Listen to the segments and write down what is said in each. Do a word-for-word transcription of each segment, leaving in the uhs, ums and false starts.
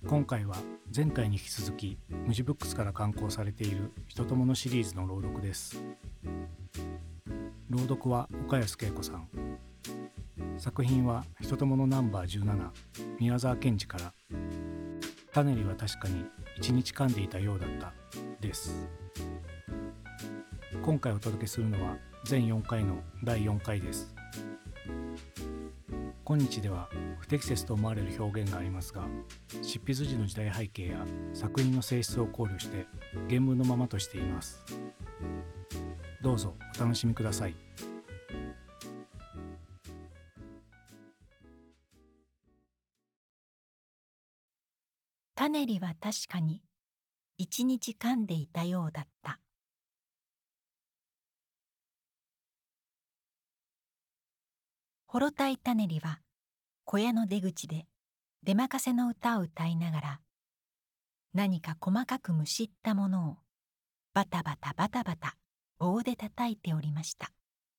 今回は前回に引き続きムジブックスから刊行されている人とものシリーズの朗読です。朗読は岡安恵子さん。作品は人とものナンバーじゅうなな、宮沢賢治からタネリは確かに一日噛んでいたようだったです。今回お届けするのは全よんかいのだいよんかいです。今日では不適切と思われる表現がありますが、執筆時の時代背景や作品の性質を考慮して原文のままとしています。どうぞお楽しみください。 タネリは確かに一日噛んでいたようだった。ほろたいタネリは小屋の出口で出まかせの歌を歌いながら、何か細かくむしったものをバタバタバタバタ棒で叩いておりました。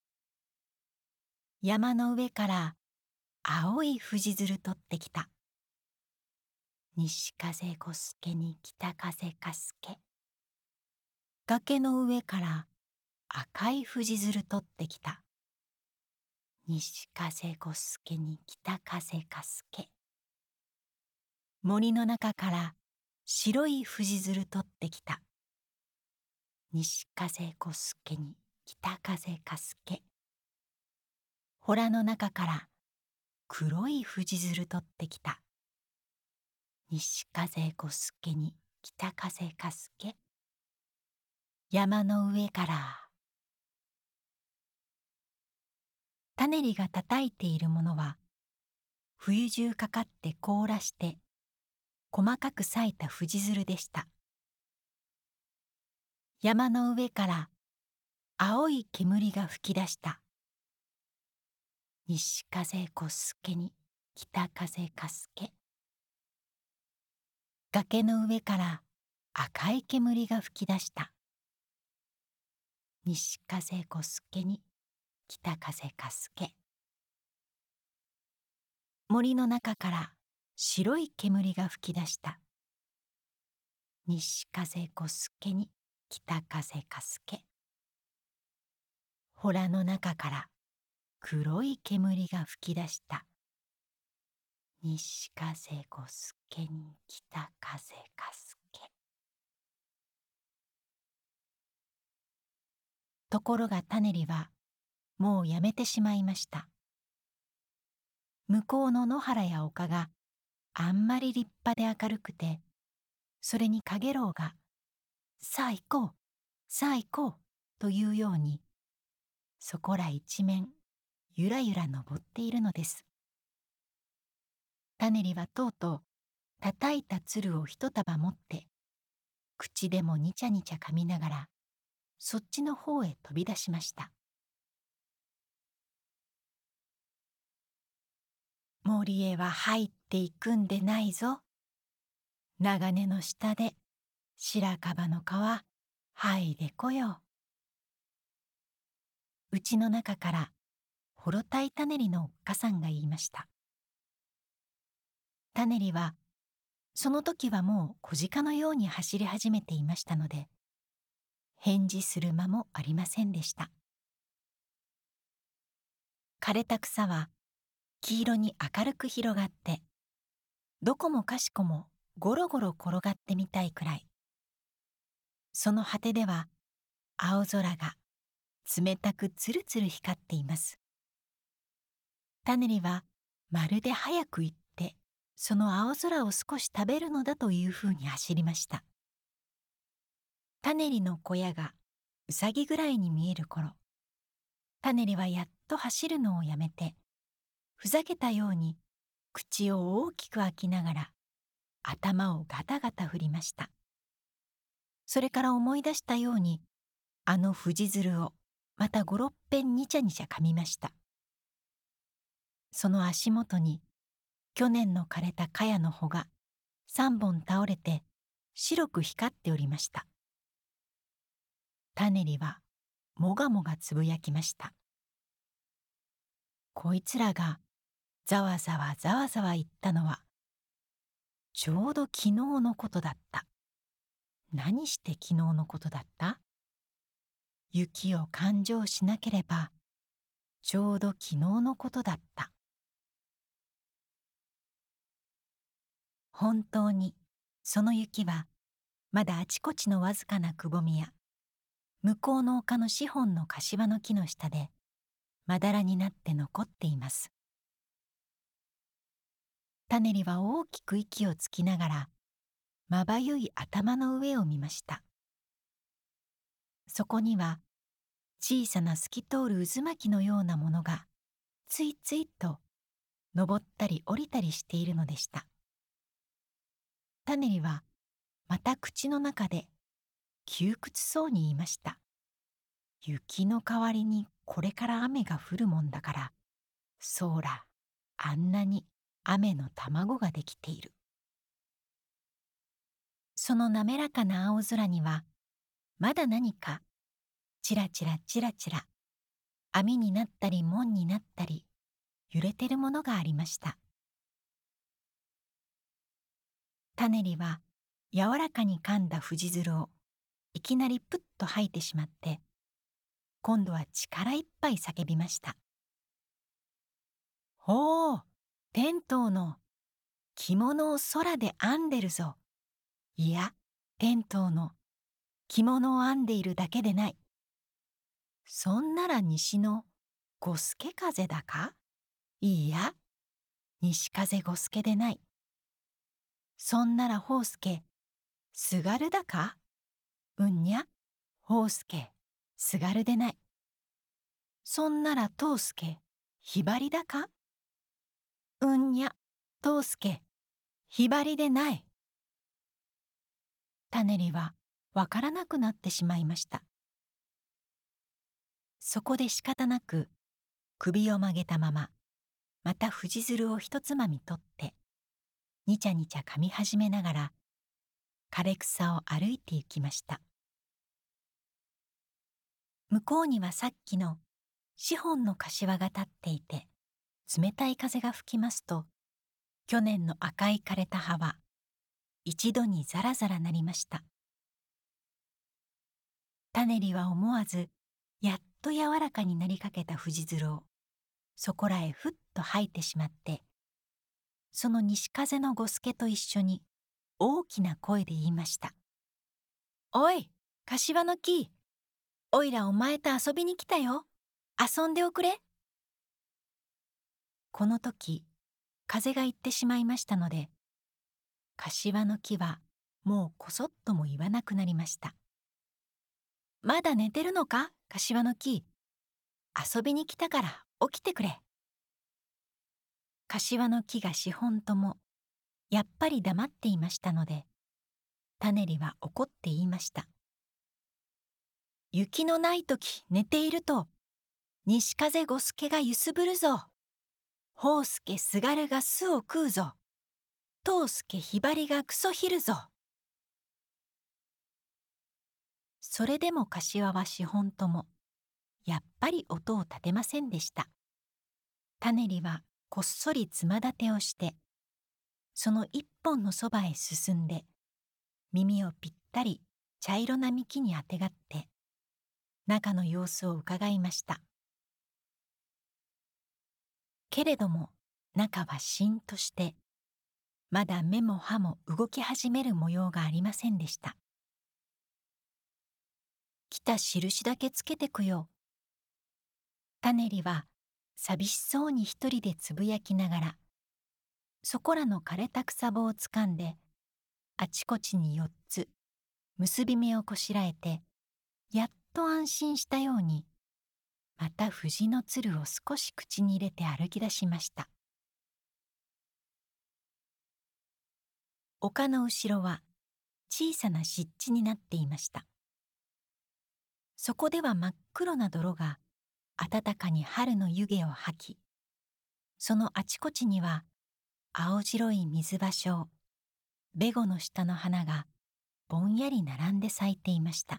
山の上から青い藤鶴取ってきた。西風小助に北風かすけ。崖の上から赤い藤鶴取ってきた。西風小助に北風かすけ。森の中から白い藤鶴取ってきた。西風小助に北風かすけ。洞の中から黒い藤鶴取ってきた。西風小助に北風かすけ。山の上からタネリが叩いているものは、冬中かかって凍らして細かく裂いた藤鶴でした。山の上から青い煙が吹き出した。西風小助に北風かすけ。崖の上から赤い煙が吹き出した。西風小助に北風かすけ。森の中から白い煙が吹き出した。西風小助に北風かすけ。洞の中から黒い煙が吹き出した。西風小助に北風かすけ。ところがタネリはもうやめてしまいました。向こうの野原や丘があんまり立派で明るくて、それにかげろうがさあ行こうさあ行こうというように、そこら一面ゆらゆら登っているのです。タネリはとうとう叩いた鶴を一束持って、口でもにちゃにちゃ噛みながらそっちの方へ飛び出しました。森へは入っていくんでないぞ。長根の下で白樺の皮剥いでこよう。うちの中からほろたいタネリのおっかさんが言いました。タネリはその時はもう小鹿のように走り始めていましたので、返事する間もありませんでした。枯れた草は黄色に明るく広がって、どこもかしこもゴロゴロ転がってみたいくらい。その果てでは青空が冷たくつるつる光っています。タネリはまるで早く行ってその青空を少し食べるのだというふうに走りました。タネリの小屋がうさぎぐらいに見える頃、タネリはやっと走るのをやめて、ふざけたように口を大きく開きながら頭をガタガタ振りました。それから思い出したように、あの藤鶴をまた五六遍にちゃにちゃ噛みました。その足元に去年の枯れた茅の穂が三本倒れて白く光っておりました。タネリはもがもがつぶやきました。こいつらがざわざわざわざわ言ったのは、 ちょうど昨日のことだった。何して昨日のことだった？雪を勘定しなければ、ちょうど昨日のことだった。本当に、その雪は、まだあちこちのわずかなくぼみや、向こうの丘の四本の柏の木の下で、まだらになって残っています。タネリは大きく息をつきながら、まばゆい頭の上を見ました。そこには、小さな透き通る渦巻きのようなものが、ついついと登ったり降りたりしているのでした。タネリは、また口の中で、窮屈そうに言いました。雪の代わりにこれから雨が降るもんだから、そうら、あんなに雨の卵ができている。その滑らかな青空には、まだ何か、ちらちらちらちら、網になったり門になったり、揺れてるものがありました。タネリは、柔らかに噛んだ藤鶴を、いきなりプッと吐いてしまって、今度は力いっぱい叫びました。ほう、天童の着物を空で編んでるぞ。いや、天童の着物を編んでいるだけでない。そんなら西の五助風だか？いいや、西風五助でない。そんなら宝助、すがるだか？うんにゃ、宝助、すがるでない。そんなら藤助、ひばりだか？うんにゃ、藤助、ひばりでない。タネリはわからなくなってしまいました。そこで仕方なく首を曲げたまま、また藤鶴を一つまみ取って、にちゃにちゃ噛み始めながら、枯れ草を歩いて行きました。向こうにはさっきの四本の柏が立っていて、冷たい風が吹きますと、去年の赤い枯れた葉は一度にザラザラなりました。タネリは思わず、やっと柔らかになりかけた藤鶴をそこらへふっと吐いてしまって、その西風の五助と一緒に大きな声で言いました。おい、柏の木、おいらお前と遊びに来たよ。遊んでおくれ。この時、風が行ってしまいましたので、柏の木はもうこそっとも言わなくなりました。まだ寝てるのか、柏の木。遊びに来たから起きてくれ。柏の木が四本ともやっぱり黙っていましたので、タネリは怒って言いました。雪のないとき寝ていると、西風五助がゆすぶるぞ。宝助すがるが巣を食うぞ。藤助ひばりがクソひるぞ。それでも柏は四本とも、やっぱり音を立てませんでした。タネリはこっそりつま立てをして、その一本のそばへ進んで、耳をぴったり茶色な幹にあてがって、中の様子をうかがいました。けれども中はしんとして、まだ目も歯も動き始める模様がありませんでした。来た印だけつけてくよ。タネリは寂しそうに一人でつぶやきながら、そこらの枯れた草棒をつかんで、あちこちに四つ結び目をこしらえて、やっと安心したように、また藤のつるを少し口に入れて歩き出しました。丘の後ろは小さな湿地になっていました。そこでは真っ黒な泥が暖かに春の湯気を吐き、そのあちこちには青白い水芭蕉、ベゴの下の花がぼんやり並んで咲いていました。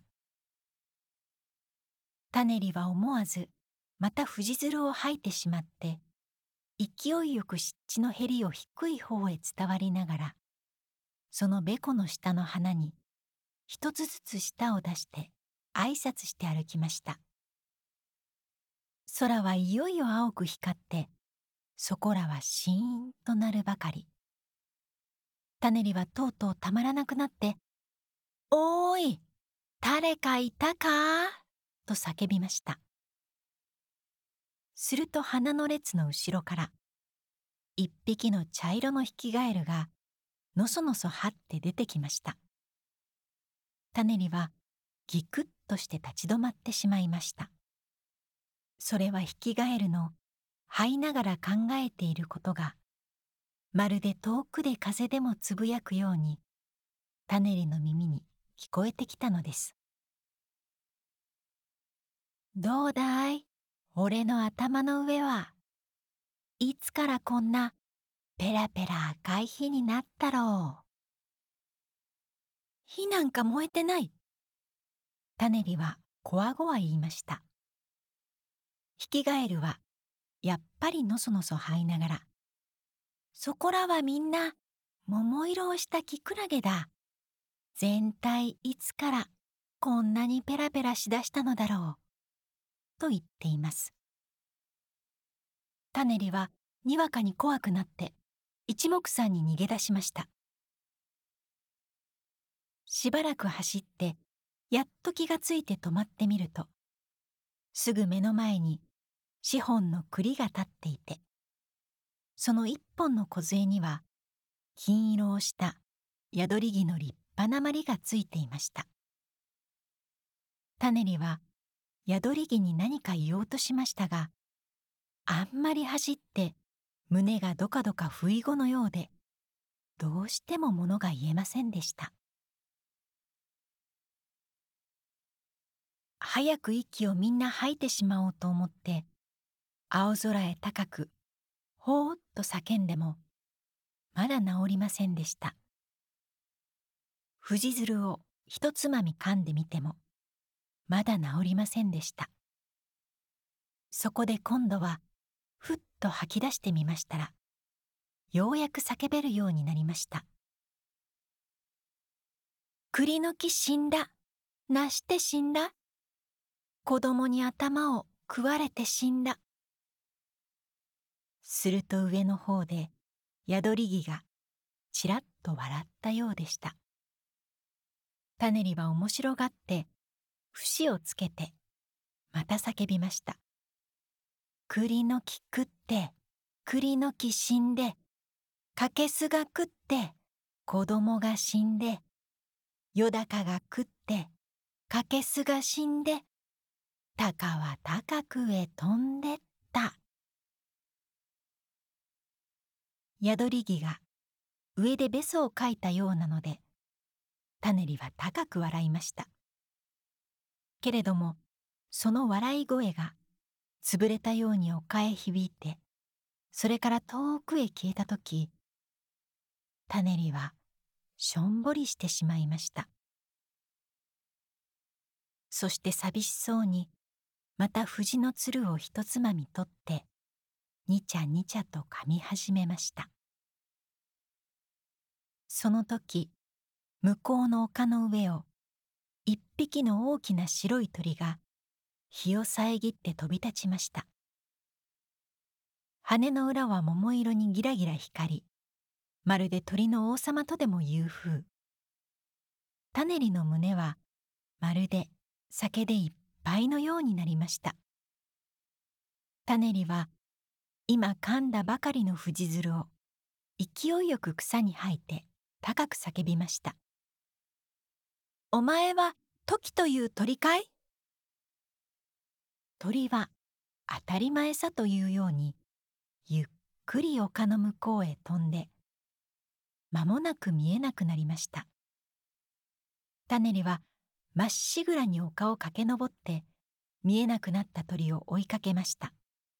タネリは思わずまた藤鶴を吐いてしまって、勢いよく湿地のへりを低い方へ伝わりながら、 そのべこの下の花に一つずつ舌を出して挨拶して歩きました。空はいよいよ青く光って、そこらはシーンとなるばかり。タネリはとうとうたまらなくなって、おーい、誰かいたかと叫びました。すると花の列の後ろから一匹の茶色のヒキガエルがのそのそ這って出てきました。タネリはギクッとして立ち止まってしまいました。それはヒキガエルの這いながら考えていることが、まるで遠くで風でもつぶやくようにタネリの耳に聞こえてきたのです。どうだい、俺の頭の上はいつからこんなペラペラ赤い火になったろう。火なんか燃えてない。タネリはこわごわ言いました。ヒキガエルはやっぱりのそのそ這いながら、そこらはみんな桃色をしたキクラゲだ。全体いつからこんなにペラペラしだしたのだろう。と言っています。タネリはにわかに怖くなって一目散に逃げ出しました。しばらく走ってやっと気がついて止まってみると、すぐ目の前に四本の栗が立っていて、その一本の梢には金色をした宿り木の立派なまりがついていました。タネリは宿り木に何か言おうとしましたが、あんまり走って胸がどかどか不意語のようで、どうしてもものが言えませんでした。早く息をみんな吐いてしまおうと思って、青空へ高くほーっと叫んでも、まだ治りませんでした。藤鶴を一つまみ噛んでみても、まだ治りませんでした。そこで今度はふっと吐き出してみましたら、ようやく叫べるようになりました。栗の木死んだ。なして死んだ。子供に頭を食われて死んだ。すると上の方で宿り木がちらっと笑ったようでした。タネリは面白がって節をつけてまた叫びました。栗の木食って栗の木死んで、かけすが食って子供が死んで、よだかが食ってかけすが死んで、たかは高くへ飛んでった。宿り木が上でべそをかいたようなので、タネリは高く笑いました。けれどもその笑い声が潰れたように丘へ響いて、それから遠くへ消えたとき、タネリはしょんぼりしてしまいました。そして寂しそうにまた藤のつるを一つまみ取って、にちゃにちゃと噛み始めました。その時、向こうの丘の上を一匹の大きな白い鳥が日を遮って飛び立ちました。羽の裏は桃色にギラギラ光り、まるで鳥の王様とでもいう風。タネリの胸はまるで酒でいっぱいのようになりました。タネリは今噛んだばかりの藤鶴を勢いよく草に吐いて高く叫びました。お前はトキという鳥かい？鳥は当たり前さというようにゆっくり丘の向こうへ飛んで、間もなく見えなくなりました。タネリはまっしぐらに丘を駆け上って見えなくなった鳥を追いかけました。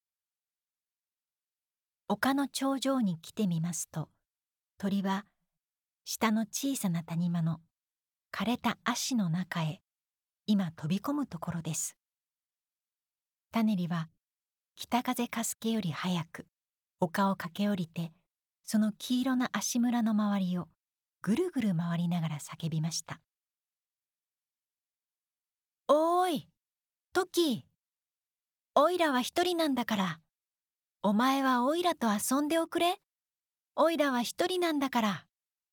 丘の頂上に来てみますと、鳥は下の小さな谷間の枯れた葦の中へ今飛び込むところです。タネリは北風かすけより早く丘を駆け下りて、その黄色な足村の周りをぐるぐる回りながら叫びました。おーい、トキ、おいらは一人なんだから、お前はおいらと遊んでおくれ。おいらは一人なんだから。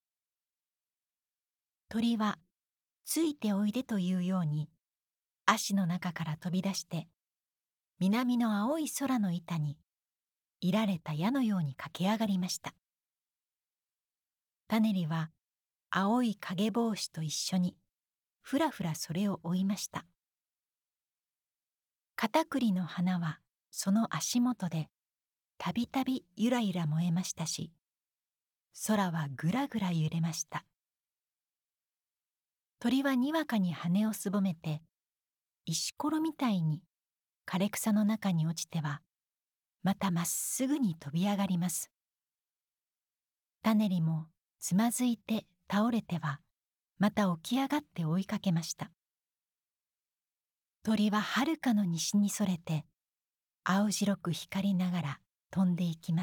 鳥はついておいでというように足の中から飛び出して南の青い空の板にいられた矢のように駆け上がりました。タネリは青い影帽子と一緒にふらふらそれを追いました。カタクリの花はその足元でたびたびゆらゆら燃えましたし、空はぐらぐら揺れました。鳥はにわかに羽をすぼめて石ころみたいに枯れ草の中に落ちてはまたまっすぐに飛び上がります。タネリもつまずいて倒れてはまた起き上がって追いかけました。鳥ははるかの西にそれて青白く光りながら飛んでいきます。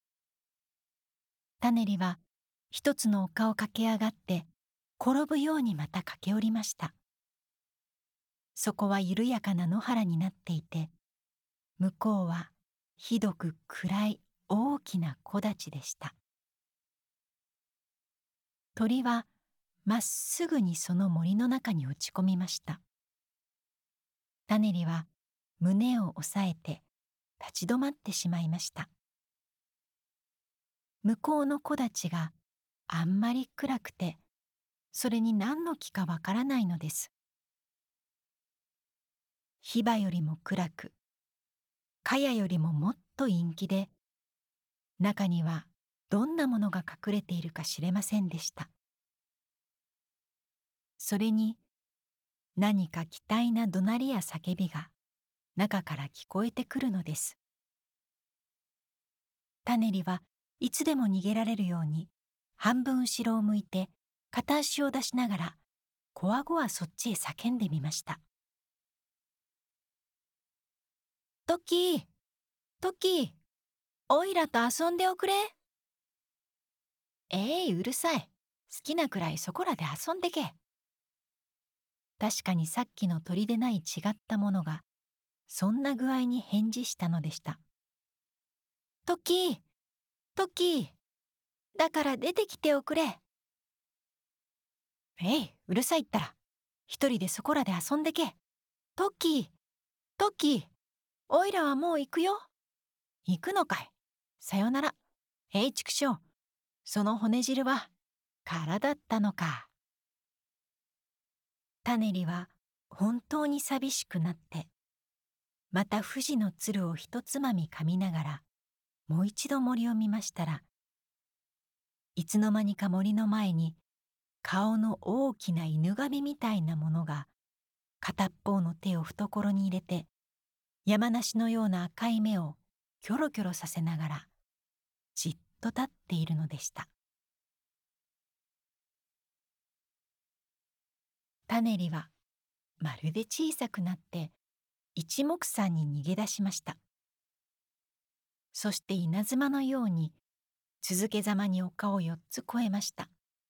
タネリは一つの丘を駆け上がって転ぶようにまた駆け下りました。そこは緩やかな野原になっていて、向こうはひどく暗い大きな木立でした。鳥はまっすぐにその森の中に落ち込みました。タネリは胸を押さえて立ち止まってしまいました。向こうの木立があんまり暗くて、それに何の木かわからないのです。ヒバよりも暗く、カヤよりももっと陰気で、中にはどんなものが隠れているか知れませんでした。それに何か奇怪な怒鳴りや叫びが中から聞こえてくるのです。タネリはいつでも逃げられるように半分後ろを向いて片足を出しながらこわごわそっちへ叫んでみました。トキー、トキー、おいらと遊んでおくれ。えいうるさい。好きなくらいそこらで遊んでけ。確かにさっきの鳥でない違ったものがそんな具合に返事したのでした。トキー、トキー、だから出てきておくれ。えい、うるさいったら、一人でそこらで遊んでけ。トキー、トキー、おいらはもう行くよ。行くのかい。さよなら。えい、ちくしょう。その骨汁は空だったのか。タネリは本当に寂しくなって、また富士の鶴をひとつまみ噛みながら、もう一度森を見ましたら、いつの間にか森の前に顔の大きな犬神みたいなものが片っぽの手を懐に入れて山梨のような赤い目をキョロキョロさせながらじっと立っているのでした。タネリはまるで小さくなって一目散に逃げ出しました。そして稲妻のように続けざまに丘をよっつ越えました。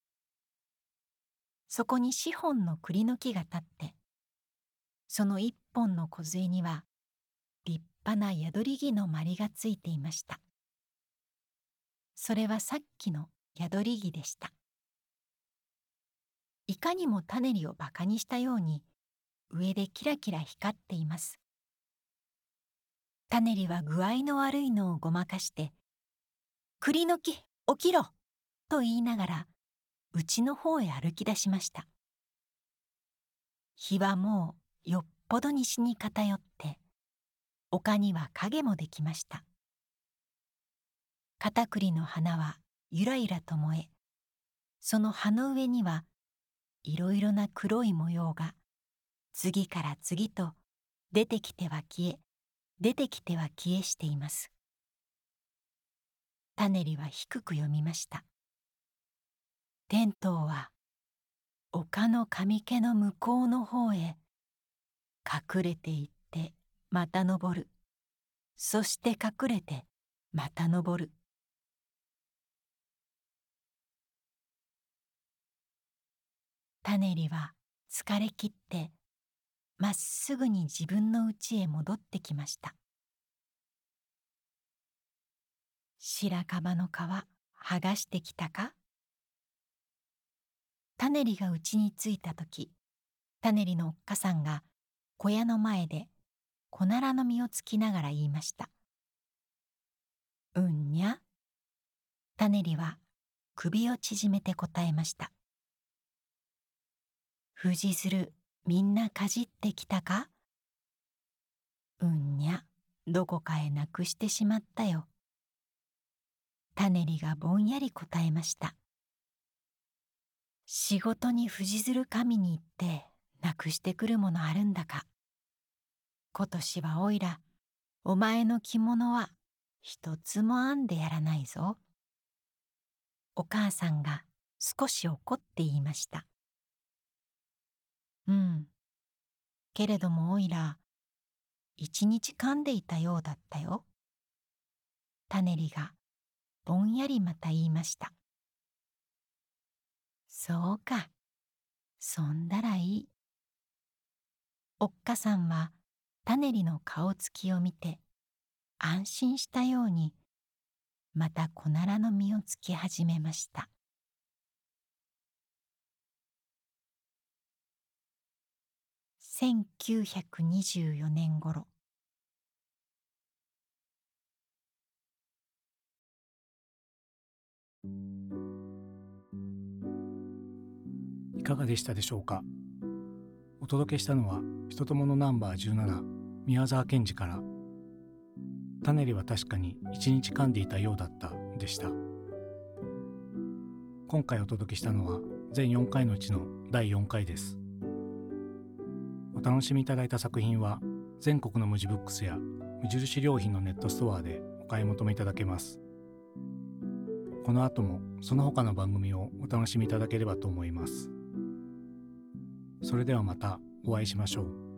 そこに四本の栗の木が立って、その一本の梢には立派な宿り木のまりがついていました。それはさっきの宿り木でした。いかにもタネリをバカにしたように上でキラキラ光っています。タネリは具合の悪いのをごまかして「栗の木起きろ!」と言いながら家の方へ歩き出しました。日はもうよっぽど西に偏って丘には影もできました。カタクリの花はゆらゆらと燃え、その葉の上にはいろいろな黒い模様が次から次と出てきては消え、出てきては消えしています。タネリは低く読みました。テントウは丘の上毛の向こうの方へ隠れていってまた登る。そして隠れてまた登る。 タネリは疲れ切ってまっすぐに自分の家へ戻ってきました。白樺の皮剥がしてきたか？タネリが家に着いたとき、タネリのおっかさんが小屋の前でコナラの実をつきながら言いました。うんにゃ。タネリは首を縮めて答えました。藤鶴みんなかじってきたか？うんにゃ、どこかへなくしてしまったよ。タネリがぼんやり答えました。仕事に藤鶴神に行ってなくしてくるものあるんだか。今年はおいら、お前の着物は一つも編んでやらないぞ。お母さんが少し怒って言いました。うん。けれどもおいら、一日噛んでいたようだったよ。タネリがぼんやりまた言いました。そうか。そんだらいい。おっかさんはタネリの顔つきを見て安心したようにまたコナラの実をつき始めました。せんきゅうひゃくにじゅうよねん頃、 いかがでしたでしょうか。お届けしたのは人友のナンバーじゅうなな、宮沢賢治から、タネリは確かに一日噛んでいたようだったでした。今回お届けしたのは全よんかいのうちのだいよんかいです。お楽しみいただいた作品は全国の無地ブックスや無印良品のネットストアでお買い求めいただけます。この後もその他の番組をお楽しみいただければと思います。それではまたお会いしましょう。